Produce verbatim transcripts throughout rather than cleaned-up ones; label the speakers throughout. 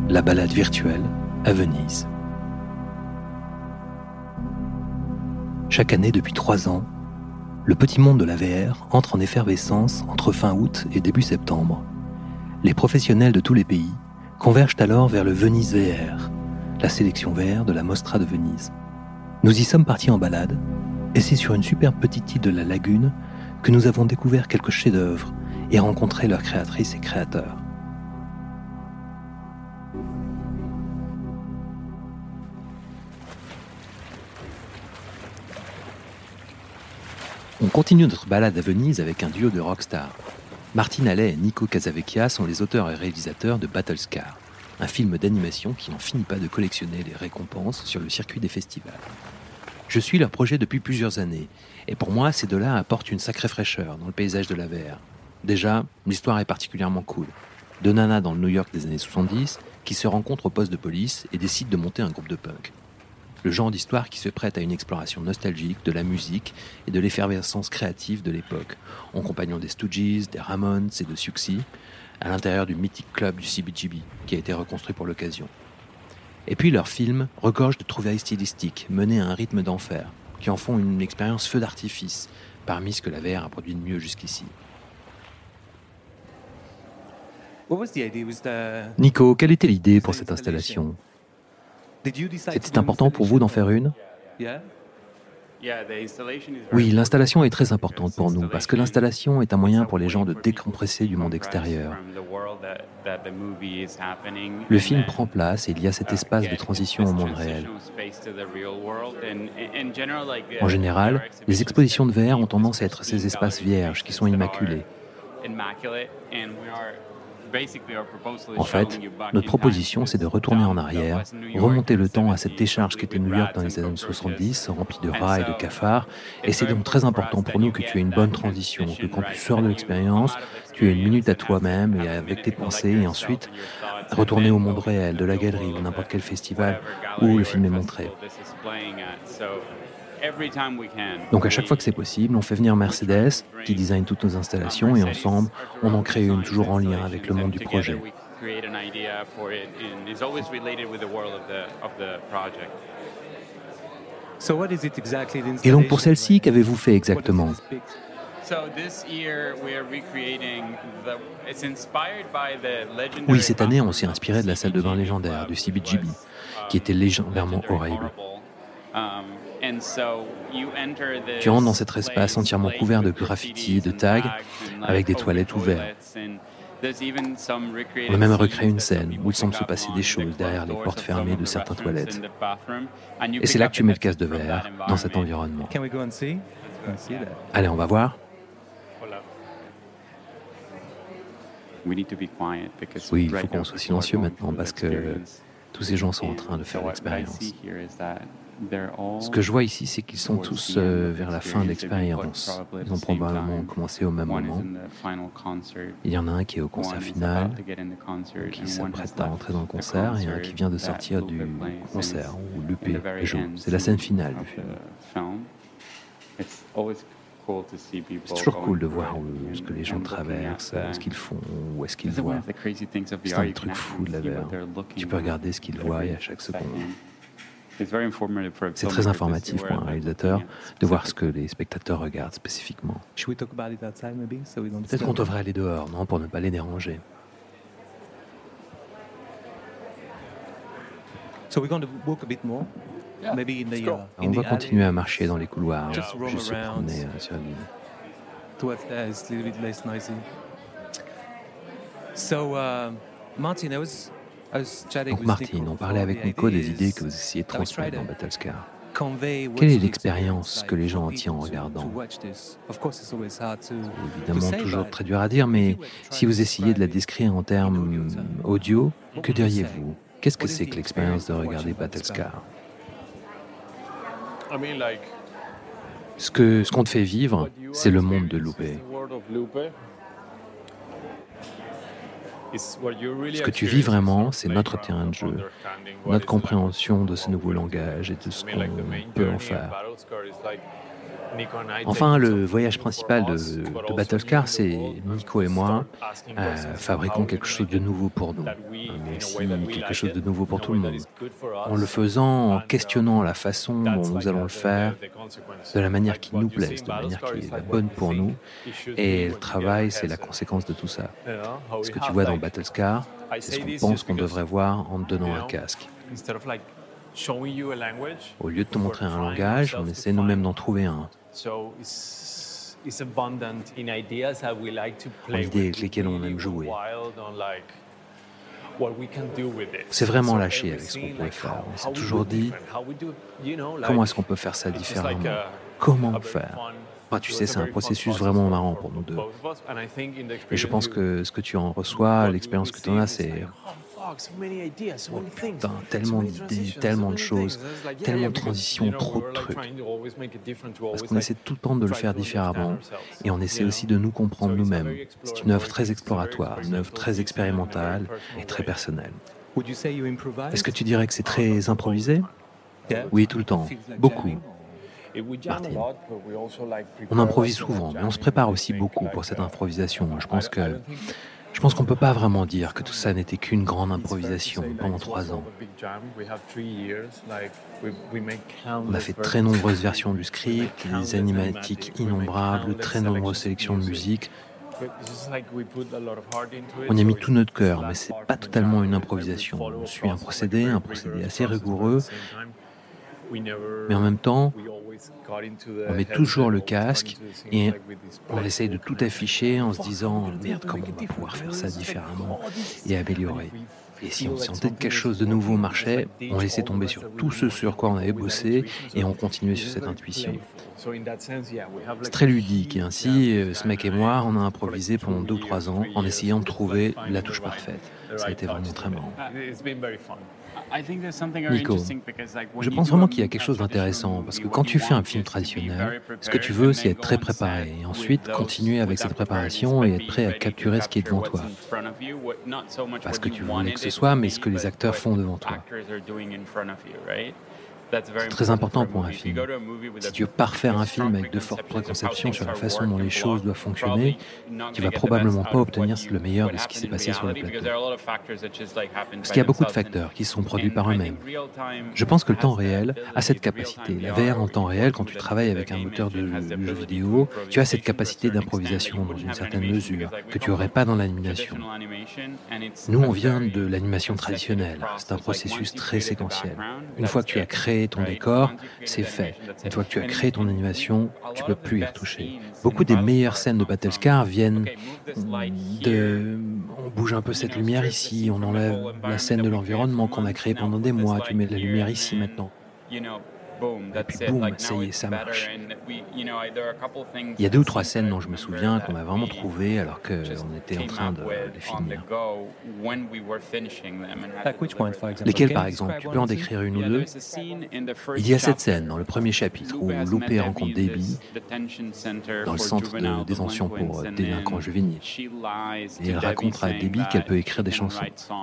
Speaker 1: La balade virtuelle à Venise. Chaque année depuis trois ans, le petit monde de la V R entre en effervescence entre fin août et début septembre. Les professionnels de tous les pays convergent alors vers le Venise V R, la sélection V R de la Mostra de Venise. Nous y sommes partis en balade, et c'est sur une superbe petite île de la Lagune que nous avons découvert quelques chefs-d'œuvre et rencontré leurs créatrices et créateurs. On continue notre balade à Venise avec un duo de rockstars. Martin Halley et Nico Casavecchia sont les auteurs et réalisateurs de Battlescar, un film d'animation qui n'en finit pas de collectionner les récompenses sur le circuit des festivals. Je suis leur projet depuis plusieurs années, et pour moi, ces deux-là apportent une sacrée fraîcheur dans le paysage de la V R. Déjà, l'histoire est particulièrement cool. Deux nanas dans le New York des années soixante-dix qui se rencontrent au poste de police et décident de monter un groupe de punk. Le genre d'histoire qui se prête à une exploration nostalgique de la musique et de l'effervescence créative de l'époque, en compagnon des Stooges, des Ramones et de Siouxsie, à l'intérieur du mythique club du C B G B, qui a été reconstruit pour l'occasion. Et puis leur film regorge de trouvailles stylistiques, menées à un rythme d'enfer, qui en font une expérience feu d'artifice, parmi ce que la V R a produit de mieux jusqu'ici. Nico, quelle était l'idée pour cette installation ? C'était important pour vous d'en faire une ? Oui, l'installation est très importante pour nous, parce que l'installation est un moyen pour les gens de décompresser du monde extérieur. Le film prend place et il y a cet espace de transition au monde réel. En général, les expositions de V R ont tendance à être ces espaces vierges qui sont immaculés. En fait, notre proposition, c'est de retourner en arrière, remonter le temps à cette décharge qu'était New York dans les années soixante-dix, remplie de rats et de cafards, et c'est donc très important pour nous que tu aies une bonne transition, que quand tu sors de l'expérience, tu aies une minute à toi-même et avec tes pensées, et ensuite retourner au monde réel, de la galerie ou n'importe quel festival où le film est montré. Donc à chaque fois que c'est possible, on fait venir Mercedes, qui design toutes nos installations, et ensemble, on en crée une toujours en lien avec le monde du projet. Et donc pour celle-ci, qu'avez-vous fait exactement ? Oui, cette année, on s'est inspiré de la salle de bain légendaire du C B G B, qui était légendairement horrible. Tu entres dans cet espace entièrement couvert de graffitis et de tags, avec des toilettes ouvertes. On a même recréé une scène où il semble se passer des choses derrière les portes fermées de certaines toilettes. Et c'est là que tu mets le casque de V R, dans cet environnement. Allez, on va voir. Oui, il faut qu'on soit silencieux maintenant, parce que tous ces gens sont en train de faire l'expérience. Ce que je vois ici, c'est qu'ils sont tous euh, vers la fin de l'expérience. Ils ont probablement commencé au même moment. Il y en a un qui est au concert final, qui s'apprête à entrer dans le concert, et un qui vient de sortir du concert où l'U P joue. C'est la scène finale du film. C'est toujours cool de voir où, ce que les gens traversent, ce qu'ils font, où est-ce qu'ils voient. C'est un des trucs fous de la V R. Tu peux regarder ce qu'ils voient à chaque seconde. C'est très informatif pour un réalisateur de voir ce que les spectateurs regardent spécifiquement. Peut-être qu'on devrait aller dehors, non, pour ne pas les déranger. On va continuer à marcher dans les couloirs, juste se promener euh, sur l'île. Donc Martin, on parlait avec Nico des idées que vous essayez de transmettre dans Battlescar. Quelle est l'expérience que les gens en tirent en regardant ? C'est évidemment toujours très dur à dire, mais si vous essayez de la décrire en termes audio, que diriez-vous ? Qu'est-ce que c'est que l'expérience de regarder Battlescar ? Ce que, ce qu'on te fait vivre, c'est le monde de Lupe. Ce que tu vis vraiment, c'est notre terrain de jeu, notre compréhension de ce nouveau langage et de ce qu'on peut en faire. Enfin, le voyage principal de, de Battlescar, c'est Nico et moi euh, fabriquons quelque chose de nouveau pour nous, mais aussi quelque chose de nouveau pour tout le monde. En le faisant, en questionnant la façon dont nous allons le faire, de la manière qui nous plaise, de la manière qui est la bonne pour nous. Et le travail, c'est la conséquence de tout ça. Ce que tu vois dans Battlescar, c'est ce qu'on pense qu'on devrait voir en te donnant un casque. Au lieu de te montrer un langage, on essaie nous-mêmes d'en trouver un. En idées avec lesquelles on aime jouer. C'est vraiment lâché avec ce qu'on pourrait faire. On s'est toujours dit, comment est-ce qu'on peut faire ça différemment? Comment faire? Enfin, tu sais, c'est un processus vraiment marrant pour nous deux. Et je pense que ce que tu en reçois, l'expérience que tu en as, c'est oh, putain, tellement d'idées, tellement de choses, tellement de transitions, trop de trucs. Parce qu'on essaie tout le temps de le faire différemment et on essaie aussi de nous comprendre nous-mêmes. C'est une œuvre très exploratoire, une œuvre très expérimentale et très personnelle. Est-ce que tu dirais que c'est très improvisé? Oui, tout le temps, beaucoup. Martine. On improvise souvent, mais on se prépare aussi beaucoup pour cette improvisation. Je pense que je pense qu'on ne peut pas vraiment dire que tout ça n'était qu'une grande improvisation pendant trois ans. On a fait de très nombreuses versions du script, des animatiques innombrables, de très nombreuses sélections de musique. On y a mis tout notre cœur, mais c'est pas totalement une improvisation. On suit un procédé, un procédé assez rigoureux. Mais en même temps, on met toujours le casque et on essaye de tout afficher en se disant « Merde, comment on va pouvoir faire ça différemment et améliorer ?» Et si on sentait que quelque chose de nouveau marchait, on laissait tomber sur tout ce sur quoi on avait bossé et on continuait sur cette intuition. C'est très ludique et ainsi, ce mec et moi, on a improvisé pendant deux ou trois ans en essayant de trouver la touche parfaite. Ça a été vraiment très marrant. Nico, je pense vraiment qu'il y a quelque chose d'intéressant parce que quand tu fais un film traditionnel, ce que tu veux, c'est être très préparé et ensuite continuer avec cette préparation et être prêt à capturer ce qui est devant toi. Pas ce que tu voulais que ce soit, mais ce que les acteurs font devant toi. C'est très important pour un film. Si tu veux parfaire un film avec de fortes préconceptions sur la façon dont les choses doivent fonctionner, tu vas probablement pas obtenir le meilleur de ce qui s'est passé sur le plateau. Parce qu'il y a beaucoup de facteurs qui sont produits par eux-mêmes. Je pense que le temps réel a cette capacité. La V R en temps réel, quand tu travailles avec un moteur de jeu vidéo, tu as cette capacité d'improvisation dans une certaine mesure que tu n'aurais pas dans l'animation. Nous, on vient de l'animation traditionnelle. C'est un processus très séquentiel. Une fois que tu as créé ton décor, c'est fait. Une fois que tu as créé ton animation, tu ne peux plus y retoucher. Beaucoup des meilleures scènes de Battlescar viennent de... On bouge un peu cette lumière ici, on enlève la scène de l'environnement qu'on a créé pendant des mois, tu mets de la lumière ici maintenant. Et puis boum, ça y est, ça marche. Il y a deux ou trois scènes dont je me souviens qu'on a vraiment trouvé alors qu'on était en train de les finir. Lesquelles, par exemple? Tu peux en décrire une ou deux? Il y a cette scène dans le premier chapitre où Lupe rencontre Debbie dans le centre de détention pour délinquants juvéniles. Et elle raconte à Debbie qu'elle peut écrire des chansons.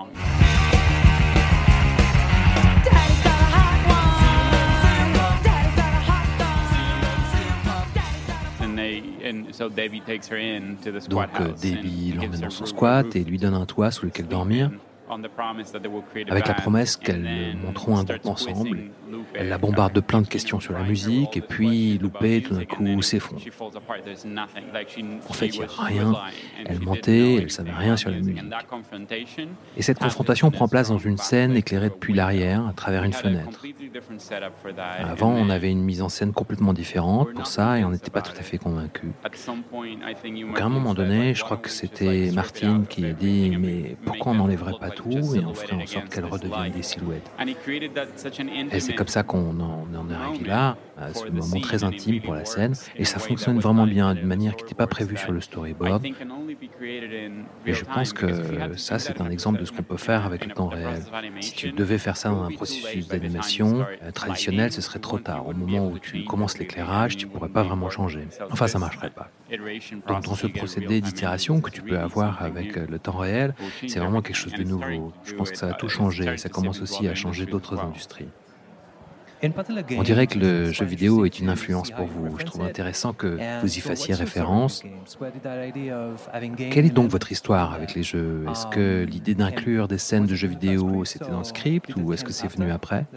Speaker 1: Donc euh, Debbie l'emmène dans son squat et lui donne un toit sous lequel dormir, avec la promesse qu'elles monteront un groupe ensemble. Elle la bombarde de plein de questions sur la musique et puis Lupe tout d'un coup s'effondre. En fait, il n'y a rien. Elle mentait, elle ne savait rien sur la musique. Et cette confrontation prend place dans une scène éclairée depuis l'arrière, à travers une fenêtre. Avant, on avait une mise en scène complètement différente pour ça et on n'était pas tout à fait convaincus. Donc à un moment donné, je crois que c'était Martine qui a dit « Mais pourquoi on n'enlèverait pas tout et on ferait en sorte qu'elles redeviennent des silhouettes ?» Et c'est comme ça qu'on en, on en est arrivé là, à ce moment très intime pour la scène, et ça fonctionne vraiment bien, d'une manière qui n'était pas prévue sur le storyboard. Et je pense que ça, c'est un exemple de ce qu'on peut faire avec le temps réel. Si tu devais faire ça dans un processus d'animation euh, traditionnel, ce serait trop tard. Au moment où tu commences l'éclairage, tu ne pourrais pas vraiment changer. Enfin, ça ne marcherait pas. Donc, dans ce procédé d'itération que tu peux avoir avec le temps réel, c'est vraiment quelque chose de nouveau. Je pense que ça va tout changer, et ça commence aussi à changer d'autres industries. On dirait que le jeu vidéo est une influence pour vous. Je trouve intéressant que vous y fassiez référence. Quelle est donc votre histoire avec les jeux? Est-ce que l'idée d'inclure des scènes de jeux vidéo, c'était dans le script ou est-ce que c'est venu après?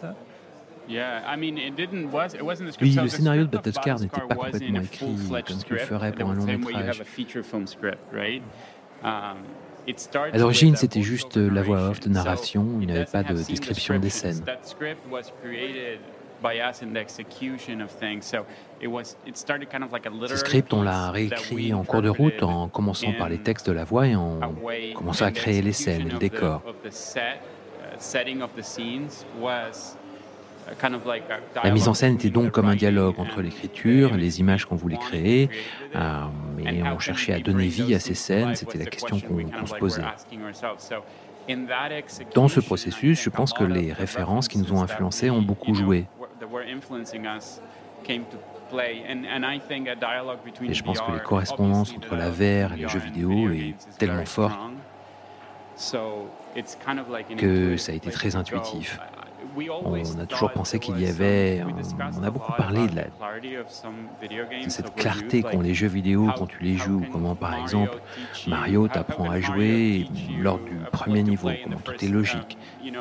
Speaker 1: Oui, le scénario de Battlescar n'était pas complètement écrit comme tu le ferais pour un long métrage. À l'origine, c'était juste la voix off de narration, il n'y avait pas de description des scènes. Ce script, on l'a réécrit en cours de route en commençant par les textes de la voix et en commençant à créer les scènes et le décor. La mise en scène était donc comme un dialogue entre l'écriture, les images qu'on voulait créer, euh, et on cherchait à donner vie à ces scènes, c'était la question qu'on, qu'on se posait. Dans ce processus, je pense que les références qui nous ont influencés ont beaucoup joué. Et je pense que les correspondances entre la V R et les jeux vidéo est tellement forte que ça a été très intuitif. On a toujours pensé qu'il y avait, on, on a beaucoup parlé de, la, de cette clarté qu'ont les jeux vidéo quand tu les joues, comment par exemple Mario t'apprend à jouer lors du premier niveau, comment tout est logique.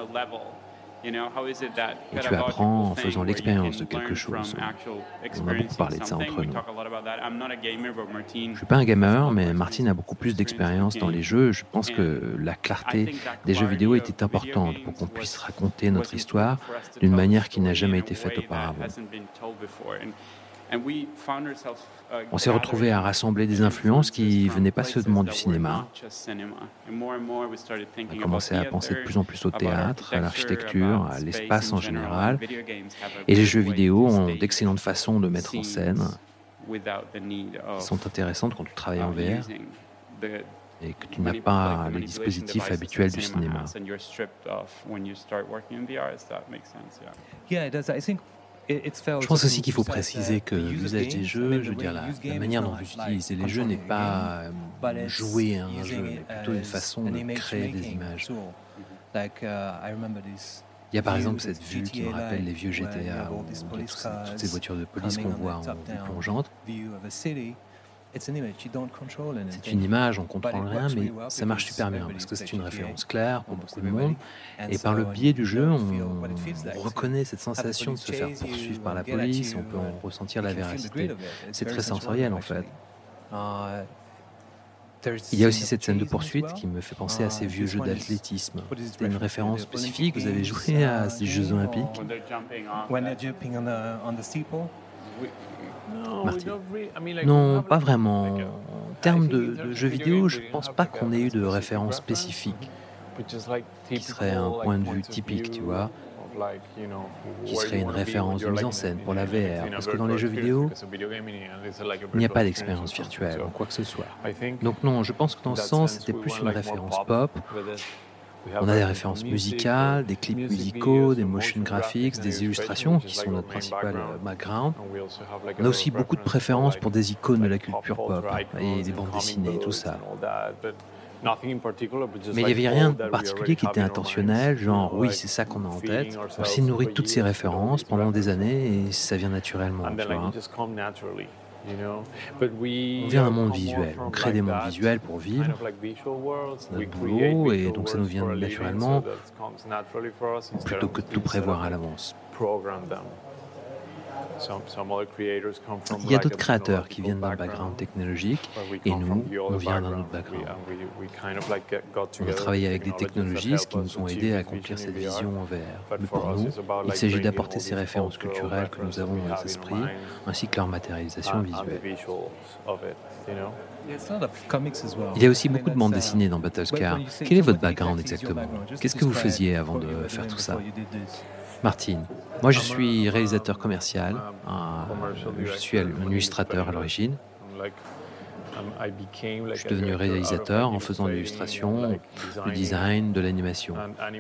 Speaker 1: Et tu apprends en faisant l'expérience de quelque chose. On a beaucoup parlé de ça entre nous. Je ne suis pas un gamer, mais Martin a beaucoup plus d'expérience dans les jeux. Je pense que la clarté des jeux vidéo était importante pour qu'on puisse raconter notre histoire d'une manière qui n'a jamais été faite auparavant. On s'est retrouvés à rassembler des influences qui ne venaient pas seulement du cinéma. On a commencé à penser de plus en plus au théâtre, à l'architecture, à l'espace en général. Et les jeux vidéo ont d'excellentes façons de mettre en scène, qui sont intéressantes quand tu travailles en V R et que tu n'as pas les dispositifs habituels du cinéma. Je pense aussi qu'il faut préciser que l'usage des jeux, je veux dire, la, la manière dont vous utilisez les jeux n'est pas euh, jouer à un jeu, mais plutôt une façon de créer des images. Il y a par exemple cette vue qui me rappelle les vieux G T A, où il y a toutes ces, toutes ces voitures de police qu'on voit en vue plongeante. C'est une image, on ne contrôle rien, mais ça marche super bien parce que c'est une référence claire pour beaucoup de monde. Et par le biais du jeu, on, on reconnaît cette sensation de se faire poursuivre par la police, on peut en ressentir la véracité. C'est très sensoriel en fait. Il y a aussi cette scène de poursuite qui me fait penser à ces vieux jeux d'athlétisme. C'était une référence spécifique, vous avez joué à ces Jeux Olympiques? Martin. Non, pas vraiment. En termes de, de jeux vidéo, je ne pense pas qu'on ait eu de référence spécifique qui serait un point de vue typique, tu vois, qui serait une référence de mise en scène pour la V R, parce que dans les jeux vidéo, il n'y a pas d'expérience virtuelle ou quoi que ce soit. Donc non, je pense que dans ce sens, c'était plus une référence pop. On a des références musicales, des clips musicaux, des motion graphics, des illustrations qui sont notre principal background. On a aussi beaucoup de préférences pour des icônes de la culture pop et des bandes dessinées, tout ça. Mais il n'y avait rien de particulier qui était intentionnel, genre oui, c'est ça qu'on a en tête. On s'est nourri de toutes ces références pendant des années et ça vient naturellement, tu vois. On vient d'un monde visuel, on crée des mondes visuels pour vivre, c'est notre boulot et donc ça nous vient naturellement plutôt que de tout prévoir à l'avance. Il y a d'autres créateurs qui viennent d'un background technologique et nous, on vient d'un autre background. On a travaillé avec des technologistes qui nous ont aidés à accomplir cette vision en V R. Mais pour nous, il s'agit d'apporter ces références culturelles que nous avons dans les esprits, ainsi que leur matérialisation visuelle. Il y a aussi beaucoup de bandes dessinées dans Battlescar. Quel est votre background exactement? Qu'est-ce que vous faisiez avant de faire tout ça? Martin, moi je suis réalisateur commercial, un, je suis un illustrateur à l'origine. Je suis devenu réalisateur en faisant de l'illustration, du design, de l'animation.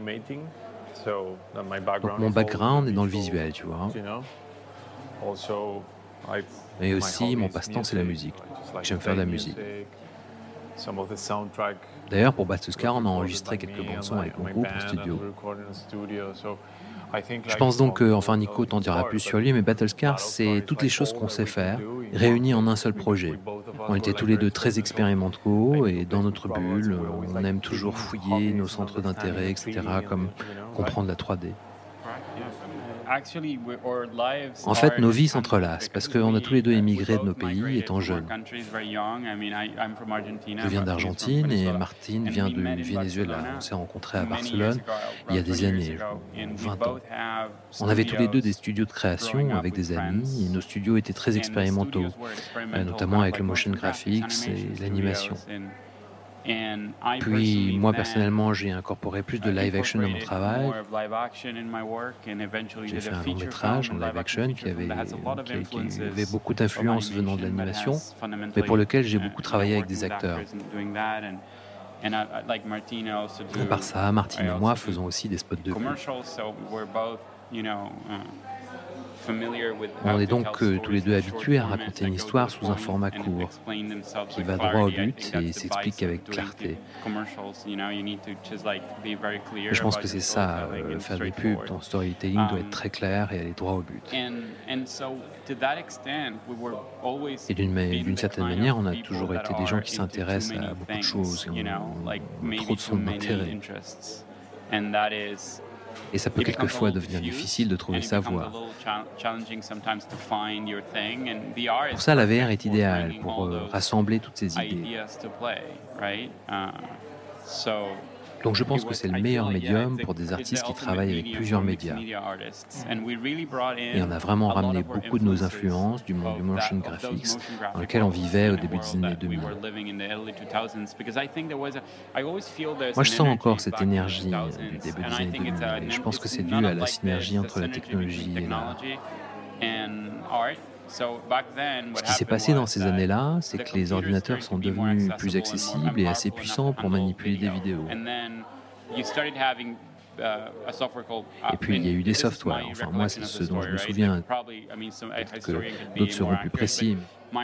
Speaker 1: Donc mon background est dans le visuel, tu vois. Et aussi mon passe-temps c'est la musique. J'aime faire de la musique. D'ailleurs pour Battlescar on a enregistré quelques bandes son avec mon groupe en studio. Je pense donc que, enfin Nico t'en dira plus sur lui, mais Battlescar, c'est toutes les choses qu'on sait faire, réunies en un seul projet. On était tous les deux très expérimentaux et dans notre bulle, on aime toujours fouiller nos centres d'intérêt, et cetera, comme comprendre la trois D. En fait, nos vies s'entrelacent parce qu'on a tous les deux émigré de nos pays étant jeunes. Je viens d'Argentine et Martine vient du Venezuela. On s'est rencontrés à Barcelone il y a des années, vingt ans. On avait tous les deux des studios de création avec des amis et nos studios étaient très expérimentaux, notamment avec le motion graphics et l'animation. Puis, moi, personnellement, j'ai incorporé plus de live action dans mon travail. J'ai fait un long métrage en live action qui avait, qui, qui avait beaucoup d'influence venant de l'animation, mais pour lequel j'ai beaucoup travaillé avec des acteurs. À part ça, Martine et moi faisons aussi des spots de pub. On est donc euh, tous les deux habitués à raconter une histoire sous un format court, qui va droit au but et s'explique avec clarté. Je pense que c'est ça, euh, faire des pubs, ton storytelling doit être très clair et aller droit au but. Et d'une, d'une certaine manière, on a toujours été des gens qui s'intéressent à beaucoup de choses et on, on a trop de centres d'intérêt. Et ça peut quelquefois devenir difficile de trouver sa voie. Pour ça, la V R est idéale pour euh, rassembler toutes ces idées. Donc je pense que c'est le meilleur médium pour des artistes qui travaillent avec plusieurs médias. Et on a vraiment ramené beaucoup de nos influences du monde du motion graphics dans lequel on vivait au début des années deux mille. Moi je sens encore cette énergie du début des années deux mille et je pense que c'est dû à la synergie entre la technologie et l'art. Ce qui s'est passé dans ces années-là, c'est que les ordinateurs sont devenus plus accessibles et assez puissants pour manipuler des vidéos. Et puis il y a eu des softwares, enfin moi c'est ce dont je me souviens, peut-être que d'autres seront plus précis.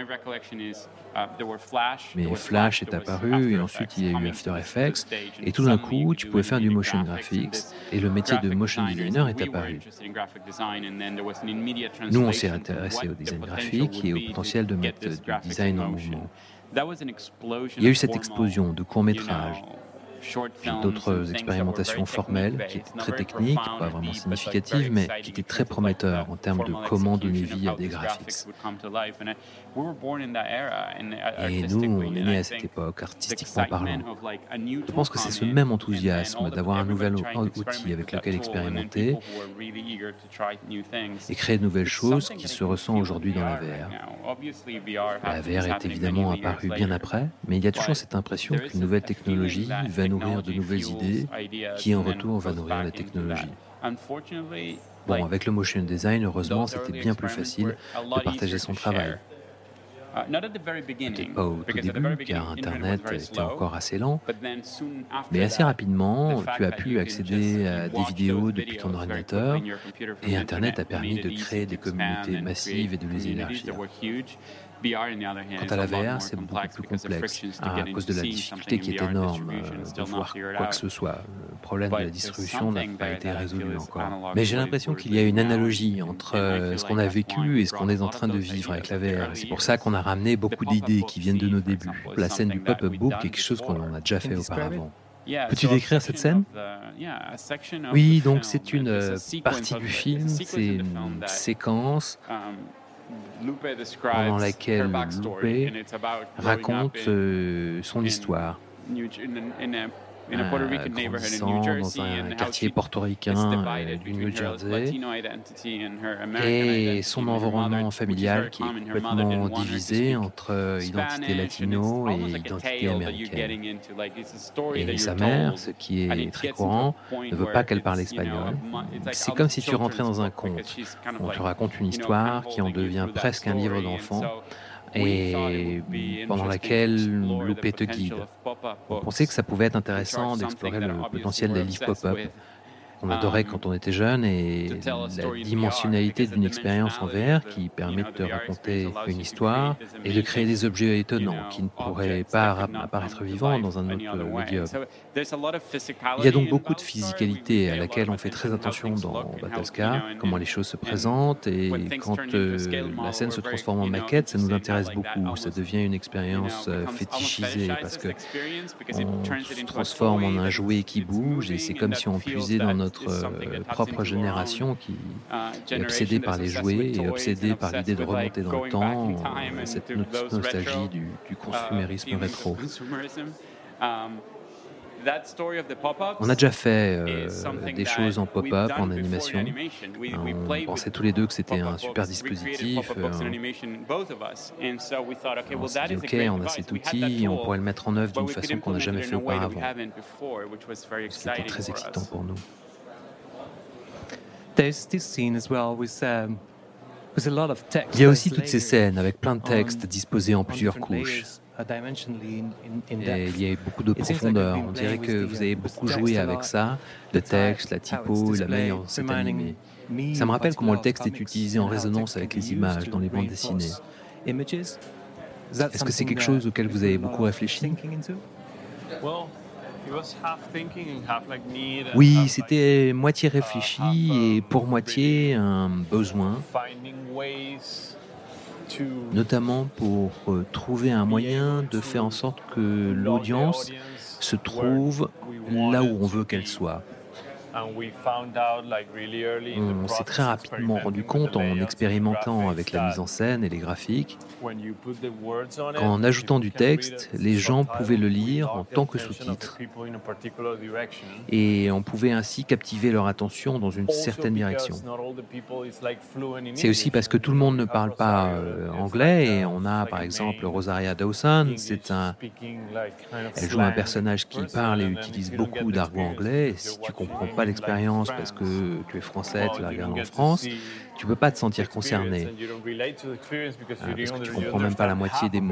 Speaker 1: Mais Flash est apparu et ensuite il y a eu After Effects et tout d'un coup tu pouvais faire du motion graphics et le métier de motion designer est apparu. Nous on s'est intéressé au design graphique et au potentiel de mettre du design en mouvement. Il y a eu cette explosion de courts-métrages, puis d'autres expérimentations formelles qui étaient très techniques, pas vraiment significatives, mais qui étaient très prometteurs en termes de comment donner vie à des graphics. Et nous, on est nés à cette époque, artistiquement parlant. Je pense que c'est ce même enthousiasme d'avoir un nouvel outil avec lequel expérimenter et créer de nouvelles choses qui se ressent aujourd'hui dans la V R. La V R est évidemment apparue bien après, mais il y a toujours cette impression qu'une nouvelle technologie va nourrir de nouvelles idées, qui en retour va nourrir la technologie. Bon, avec le motion design, heureusement, c'était bien plus facile de partager son travail. Peut-être pas au tout début, car Internet était encore assez lent, mais assez rapidement, tu as pu accéder à des vidéos depuis ton ordinateur, et Internet a permis de créer des communautés massives et de les élargir. Quant à la V R, c'est beaucoup plus complexe, à cause de la difficulté qui est énorme euh, de voir quoi que ce soit. Le problème de la distribution n'a pas été résolu encore. Mais j'ai l'impression qu'il y a une analogie entre euh, ce qu'on a vécu et ce qu'on est en train de vivre avec la V R. C'est pour ça qu'on a ramené beaucoup d'idées qui viennent de nos débuts. La scène du pop-up book est quelque chose qu'on a déjà fait auparavant. Peux-tu décrire cette scène ? Oui, donc c'est une euh, partie du film, c'est une séquence pendant laquelle Lupe raconte euh, son histoire, euh, grandissant dans un quartier portoricain euh, du New Jersey, et son environnement familial qui est complètement divisé entre identité latino et identité américaine. Et sa mère, ce qui est très courant, ne veut pas qu'elle parle espagnol. C'est comme si tu rentrais dans un conte. On te raconte une histoire qui en devient presque un livre d'enfant et pendant laquelle Lupe te guide. On pensait que ça pouvait être intéressant d'explorer le potentiel des livres pop-up qu'on adorait quand on était jeune et la dimensionnalité d'une expérience en V R qui permet de raconter une histoire et de créer des objets étonnants qui ne pourraient pas apparaître vivants dans un autre médium. Il y a donc beaucoup de physicalité à laquelle on fait très attention dans Battlescar, comment les choses se présentent, et quand euh, la scène se transforme en maquette, ça nous intéresse beaucoup. Ça devient une expérience euh, fétichisée parce que on se transforme en un jouet qui bouge et c'est comme si on puisait dans notre euh, propre génération qui est obsédée par les jouets et obsédée par l'idée de remonter dans le temps, euh, cette no- nostalgie du, du consumérisme rétro. On a déjà fait euh, des choses en pop-up, en animation. On pensait tous les deux que c'était un super dispositif. Euh, on s'est dit, OK, on a cet outil, on pourrait le mettre en œuvre d'une façon qu'on n'a jamais fait auparavant. C'était très excitant pour nous. Il y a aussi toutes ces scènes avec plein de textes disposés en plusieurs couches. Et il y a beaucoup de profondeur. On dirait que vous avez beaucoup joué avec ça, le texte, la typo, la manière dont c'est animé. Ça me rappelle comment le texte est utilisé en résonance avec les images dans les bandes dessinées. Est-ce que c'est quelque chose auquel vous avez beaucoup réfléchi ? Oui, c'était moitié réfléchi et pour moitié un besoin, notamment pour euh, trouver un moyen de faire en sorte que l'audience se trouve là où on veut qu'elle soit. On s'est très rapidement rendu compte en expérimentant avec la mise en scène et les graphiques qu'en ajoutant du texte, les gens pouvaient le lire en tant que sous-titres et on pouvait ainsi captiver leur attention dans une certaine direction. C'est aussi parce que tout le monde ne parle pas euh, anglais et on a par exemple Rosaria Dawson, c'est un... elle joue un personnage qui parle et utilise beaucoup d'argot anglais et si tu comprends pas l'expérience parce que tu es français, tu la regardes en France, tu peux pas te sentir concerné euh, parce que tu comprends même pas la moitié des mots.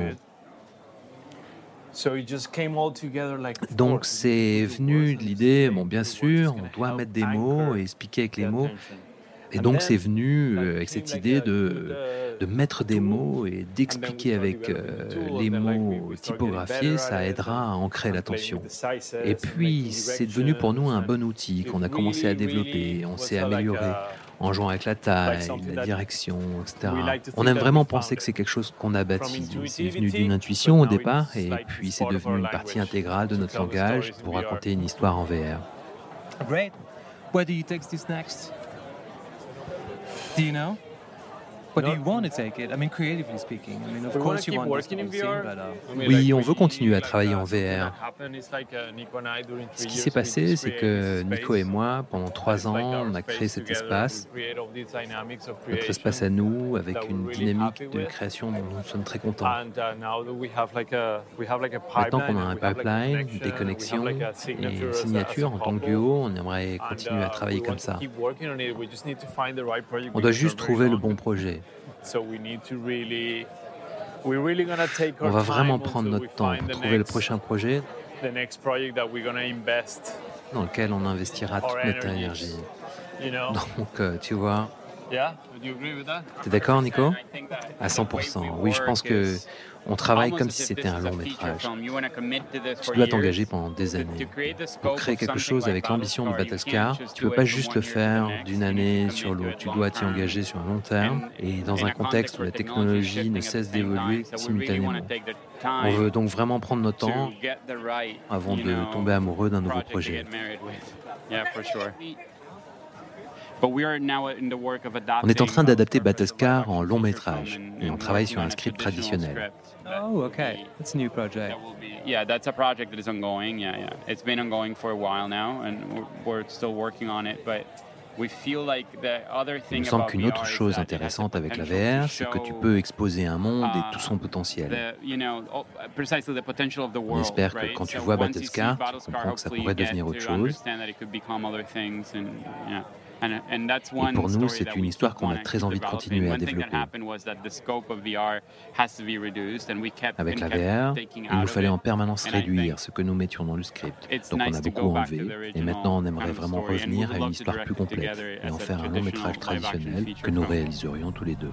Speaker 1: Donc c'est venu de l'idée, bon bien sûr, on doit mettre des mots et expliquer avec les mots. Et donc c'est venu euh, avec cette idée de, de mettre des mots et d'expliquer avec euh, les mots typographiés, ça aidera à ancrer l'attention. Et puis c'est devenu pour nous un bon outil qu'on a commencé à développer, on s'est amélioré en jouant avec la taille, la direction, et cetera. On aime vraiment penser que c'est quelque chose qu'on a bâti. C'est venu d'une intuition au départ et puis c'est devenu une partie intégrale de notre langage pour raconter une histoire en V R.
Speaker 2: Great. Where do you take this next? Do you know? But do you want to take it? I mean, creatively speaking. I mean, of course you want this to be seen, but, uh...
Speaker 1: Oui, on veut continuer à travailler en V R. Ce qui s'est passé, c'est que Nico et moi, pendant trois ans, on a créé cet espace, notre espace à nous, avec une dynamique de création dont nous sommes très contents. Maintenant qu'on a un pipeline, des connexions et une signature en tant que duo, on aimerait continuer à travailler comme ça. On doit juste trouver le bon projet. On va vraiment prendre notre temps pour trouver le prochain projet dans lequel on investira toute notre énergie. Donc, euh, tu vois... T'es d'accord, Nico ? À cent pour cent. Oui, je pense que on travaille comme si c'était un long métrage. Tu dois t'engager pendant des années. Pour créer quelque chose avec l'ambition de Battlescar, tu ne peux pas juste le faire d'une année sur l'autre. Tu dois t'y engager sur un long terme et dans un contexte où la technologie ne cesse d'évoluer simultanément. On veut donc vraiment prendre notre temps avant de tomber amoureux d'un nouveau projet. On est en train d'adapter Battlescar en long métrage et on travaille sur un script traditionnel.
Speaker 2: Oh, okay. That's a new project.
Speaker 3: Yeah, that's a project that is ongoing. Yeah, yeah. It's been ongoing for a while now, and we're still working on it. But we feel like the other thing.
Speaker 1: Il me semble qu'une autre chose intéressante avec la V R, c'est que tu peux exposer un monde et tout son potentiel. On espère que quand tu vois Battlescar, tu comprends que ça pourrait devenir autre chose. Et pour nous, c'est une histoire qu'on a très envie de continuer à développer. Avec la V R, il nous fallait en permanence réduire ce que nous mettions dans le script. Donc on a beaucoup enlevé. Et maintenant, on aimerait vraiment revenir à une histoire plus complète et en faire un long métrage traditionnel que nous réaliserions tous les deux.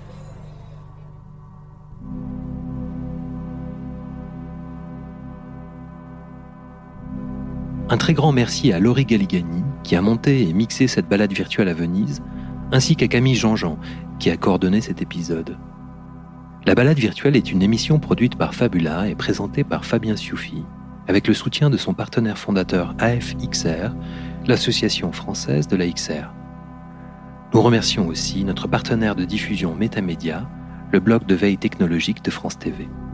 Speaker 1: Un très grand merci à Laurie Galligani, qui a monté et mixé cette balade virtuelle à Venise, ainsi qu'à Camille Jean-Jean, qui a coordonné cet épisode. La balade virtuelle est une émission produite par Fabula et présentée par Fabien Sioufi, avec le soutien de son partenaire fondateur A F X R, l'association française de la X R. Nous remercions aussi notre partenaire de diffusion Métamédia, le blog de veille technologique de France T V.